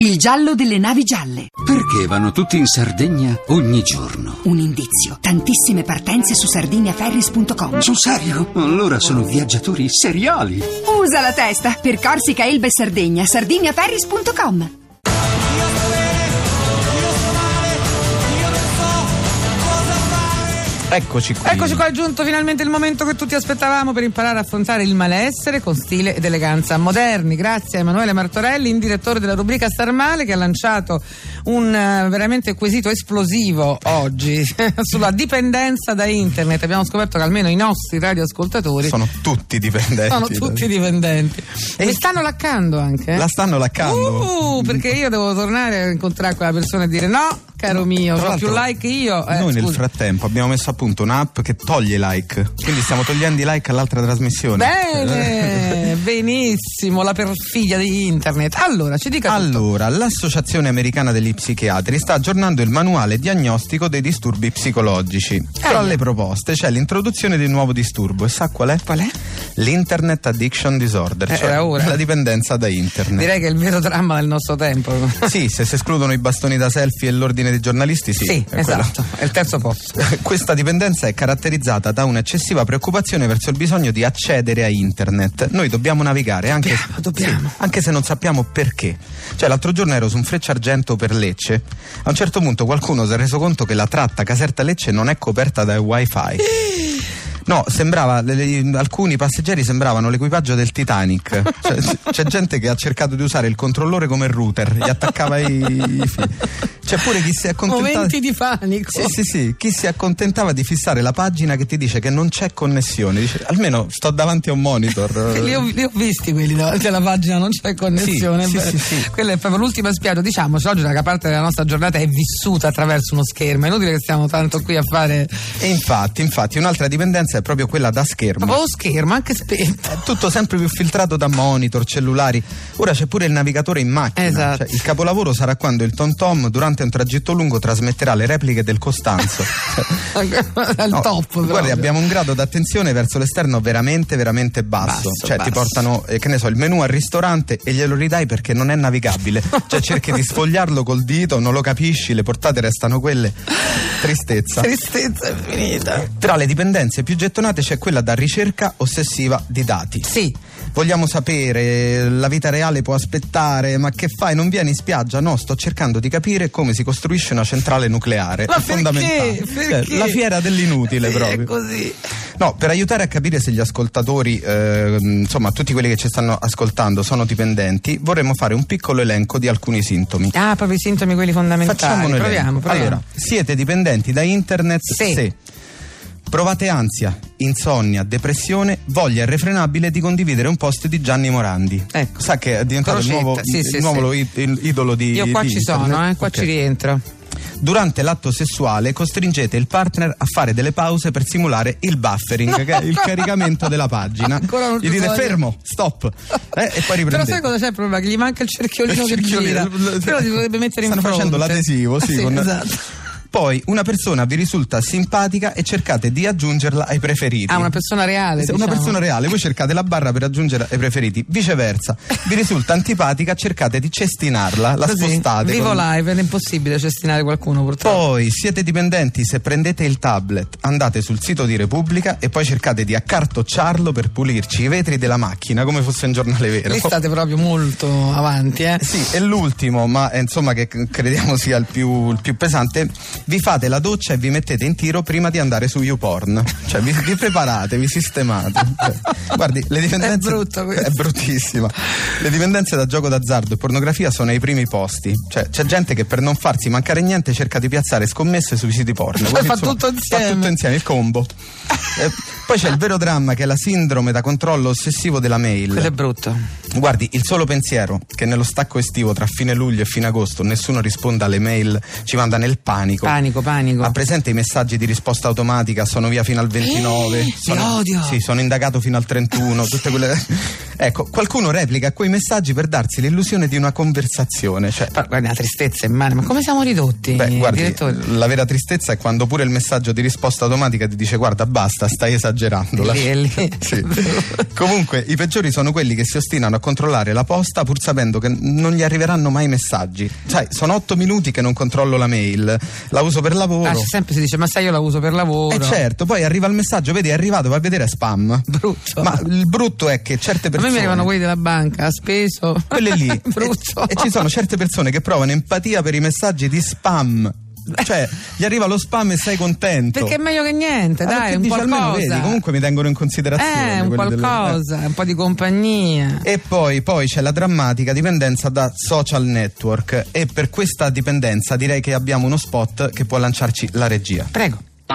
Il giallo delle navi gialle. Perché vanno tutti in Sardegna ogni giorno? Un indizio. Tantissime partenze su sardiniaferries.com. Sul serio? Allora sono viaggiatori seriali. Usa la testa. Per Corsica, Elba e Sardegna. sardiniaferries.com. Eccoci qua, è giunto finalmente il momento che tutti aspettavamo per imparare a affrontare il malessere con stile ed eleganza moderni. Grazie a Emanuele Martorelli, in direttore della rubrica Star Male, che ha lanciato un veramente quesito esplosivo oggi sulla dipendenza da internet. Abbiamo scoperto che almeno i nostri radioascoltatori sono tutti dipendenti. E mi stanno laccando anche. La stanno laccando. Perché io devo tornare a incontrare quella persona e dire no, caro mio, ho più like io. Noi nel frattempo abbiamo messo a punto un'app che toglie like, quindi stiamo togliendo i like all'altra trasmissione. Bene, benissimo, la perfidia di internet. Allora, ci dica tutto. Allora, l'Associazione Americana degli Psichiatri sta aggiornando il manuale diagnostico dei disturbi psicologici. Tra le proposte c'è l'introduzione di un nuovo disturbo, e sa qual è? Qual è? L'Internet Addiction Disorder, cioè la dipendenza da internet. Direi che è il vero dramma del nostro tempo. Sì, se si escludono i bastoni da selfie e l'ordine dei giornalisti, sì, esatto, è il terzo posto. Questa dipendenza è caratterizzata da un'eccessiva preoccupazione verso il bisogno di accedere a internet. Noi dobbiamo navigare anche se non sappiamo perché. Cioè, l'altro giorno ero su un Frecciargento per Lecce. A un certo punto qualcuno si è reso conto che la tratta Caserta-Lecce non è coperta da wifi. No, alcuni passeggeri sembravano l'equipaggio del Titanic. Cioè, c'è gente che ha cercato di usare il controllore come router, gli attaccava i fili. C'è pure chi si è accontentato. Momenti di panico. Sì, chi si accontentava di fissare la pagina che ti dice che non c'è connessione. Dice, almeno sto davanti a un monitor. Li ho visti quelli davanti alla pagina, non c'è connessione. Sì. Quella è proprio l'ultima spiaggia. Diciamo, oggi una parte della nostra giornata è vissuta attraverso uno schermo. È inutile che stiamo tanto qui a fare. E infatti un'altra dipendenza è proprio quella da schermo. Proprio schermo, anche spento. È tutto sempre più filtrato da monitor, cellulari. Ora c'è pure il navigatore in macchina. Esatto. Cioè, il capolavoro sarà quando il TomTom durante un tragitto lungo trasmetterà le repliche del Costanzo. Top. Guardi, abbiamo un grado d'attenzione verso l'esterno veramente basso. Ti portano, che ne so, il menù al ristorante e glielo ridai perché non è navigabile. Cioè cerchi di sfogliarlo col dito, non lo capisci, le portate restano quelle. Tristezza infinita. Tra le dipendenze più gettonate c'è quella da ricerca ossessiva di dati. Sì. Vogliamo sapere, la vita reale può aspettare, ma che fai? Non vieni in spiaggia? No, sto cercando di capire come si costruisce una centrale nucleare. Ma è fondamentale. Perché? La fiera dell'inutile, sì, proprio. È così. No, per aiutare a capire se gli ascoltatori, insomma, tutti quelli che ci stanno ascoltando sono dipendenti, vorremmo fare un piccolo elenco di alcuni sintomi. Ah, proprio i sintomi quelli fondamentali. Facciamo un Proviamo. Allora, siete dipendenti da internet? Sì. Provate ansia, insonnia, depressione, voglia irrefrenabile di condividere un post di Gianni Morandi. Ecco. Sa che è diventato il nuovo idolo di Io qua di ci internet. sono, qua ci rientro. Durante l'atto sessuale costringete il partner a fare delle pause per simulare il buffering, che è il caricamento della pagina. Gli dite fermo, stop, e poi riprendete. Però sai cosa c'è il problema? Che gli manca il cerchiolino che gira. Però si potrebbe mettere in fronte. Stanno facendo l'adesivo, sì. Esatto. Poi una persona vi risulta simpatica e cercate di aggiungerla ai preferiti. Una persona reale. Una persona reale, voi cercate la barra per aggiungerla ai preferiti. Viceversa, vi risulta antipatica, cercate di cestinarla, la spostate. Vivo live, è impossibile cestinare qualcuno, purtroppo. Poi siete dipendenti se prendete il tablet, andate sul sito di Repubblica e poi cercate di accartocciarlo per pulirci i vetri della macchina come fosse un giornale vero. Lì state proprio molto avanti, Sì, e l'ultimo, ma insomma che crediamo sia il più pesante, vi fate la doccia e vi mettete in tiro prima di andare su YouPorn. Cioè vi preparate, vi sistemate. Guardi, le dipendenze. È brutto questo. È bruttissima. Le dipendenze da gioco d'azzardo e pornografia sono ai primi posti. Cioè c'è gente che per non farsi mancare niente cerca di piazzare scommesse sui siti porno. Fa tutto insieme, il combo. Poi c'è il vero dramma, che è la sindrome da controllo ossessivo della mail. Quello è brutto. Guardi, il solo pensiero che nello stacco estivo tra fine luglio e fine agosto nessuno risponda alle mail ci manda nel panico. Panico. Ha presente i messaggi di risposta automatica? Sono via fino al 29. Li odio. Sì, sono indagato fino al 31. Tutte quelle. Ecco, qualcuno replica quei messaggi per darsi l'illusione di una conversazione. Cioè, guarda, la tristezza immane, ma come siamo ridotti? Beh, guardi, direttore? la vera tristezza è quando pure il messaggio di risposta automatica ti dice guarda basta, stai esagerando. Sì. Comunque i peggiori sono quelli che si ostinano a controllare la posta pur sapendo che non gli arriveranno mai messaggi. Sai, sono 8 minuti che non controllo la mail, la uso per lavoro. Sempre si dice ma sai io la uso per lavoro. Certo, poi arriva il messaggio, vedi è arrivato, va a vedere spam. Brutto. Ma il brutto è che certe persone, a me mi arrivano quelli della banca, ha speso. Quelle lì. Brutto. E ci sono certe persone che provano empatia per i messaggi di spam. Cioè, gli arriva lo spam e sei contento. Perché è meglio che niente, dai, un qualcosa. Vedi, comunque mi tengono in considerazione. Un qualcosa, un po' di compagnia. E poi c'è la drammatica dipendenza da social network. E per questa dipendenza direi che abbiamo uno spot che può lanciarci la regia. Prego.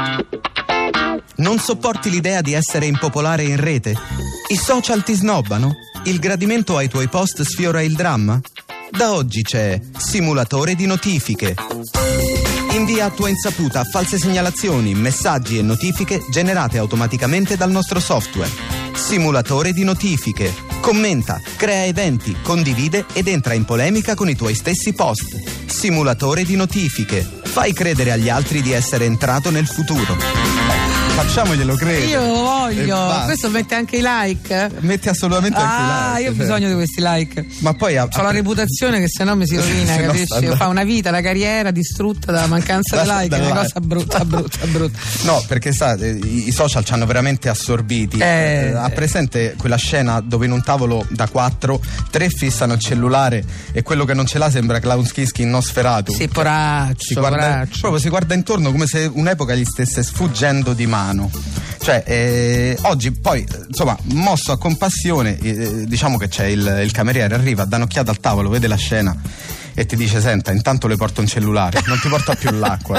Non sopporti l'idea di essere impopolare in rete? I social ti snobbano? Il gradimento ai tuoi post sfiora il dramma? Da oggi c'è Simulatore di notifiche. Invia a tua insaputa false segnalazioni, messaggi e notifiche generate automaticamente dal nostro software. Simulatore di notifiche. Commenta, crea eventi, condivide ed entra in polemica con i tuoi stessi post. Simulatore di notifiche. Fai credere agli altri di essere entrato nel futuro. Facciamoglielo credere. Io voglio. Questo mette anche i like? Mette assolutamente anche i like. Io ho bisogno di questi like. Ma poi ho la reputazione che se no mi si rovina, capisci? Fa una vita, la carriera distrutta dalla mancanza di like. È una cosa brutta. No, perché i social ci hanno veramente assorbiti. Ha presente quella scena dove in un tavolo da 4, 3 fissano il cellulare e quello che non ce l'ha sembra Klaus Kinski in Nosferatu. Sì, poraccio. Proprio si guarda intorno come se un'epoca gli stesse sfuggendo di mano. Cioè, oggi poi, insomma, mosso a compassione, diciamo che c'è il cameriere, arriva, dà un'occhiata al tavolo, vede la scena e ti dice senta, intanto le porto un cellulare, non ti porta più l'acqua.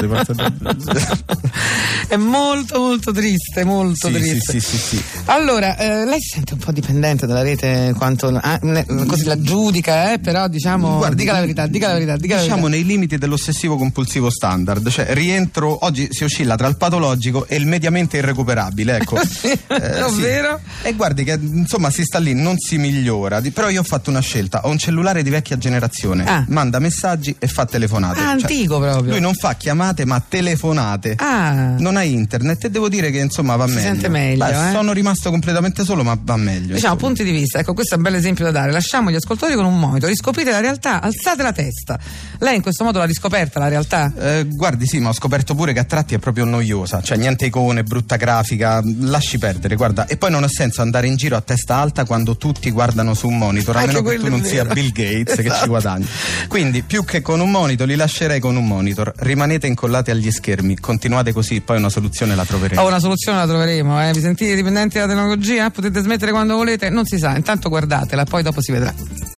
È molto triste, triste. Sì. Allora, lei si sente un po' dipendente dalla rete quanto così la giudica, però diciamo, guardi, dica la verità. Diciamo nei limiti dell'ossessivo compulsivo standard, cioè rientro, oggi si oscilla tra il patologico e il mediamente irrecuperabile, ecco. Davvero? Sì. E guardi che insomma si sta lì, non si migliora, però io ho fatto una scelta, ho un cellulare di vecchia generazione. Manda messaggi e fa telefonate. Antico proprio. Lui non fa chiamate ma telefonate. Non ha internet e devo dire che insomma va meglio. Si sente meglio. Sono rimasto completamente solo ma va meglio. Diciamo punti di vista, ecco questo è un bel esempio da dare. Lasciamo gli ascoltatori con un monitor, riscoprite la realtà, alzate la testa. Lei in questo modo l'ha riscoperta la realtà? Guardi sì, ma ho scoperto pure che a tratti è proprio noiosa, cioè niente icone, brutta grafica, lasci perdere, guarda. E poi non ha senso andare in giro a testa alta quando tutti guardano su un monitor, a meno che tu non sia Bill Gates che ci guadagni. Quindi più che con un monitor li lascerei con un monitor. Rimanete incollati agli schermi, continuate così, poi una soluzione la troveremo. Una soluzione la troveremo, Vi sentite dipendenti dalla tecnologia? Potete smettere quando volete? Non si sa, intanto guardatela, poi dopo si vedrà.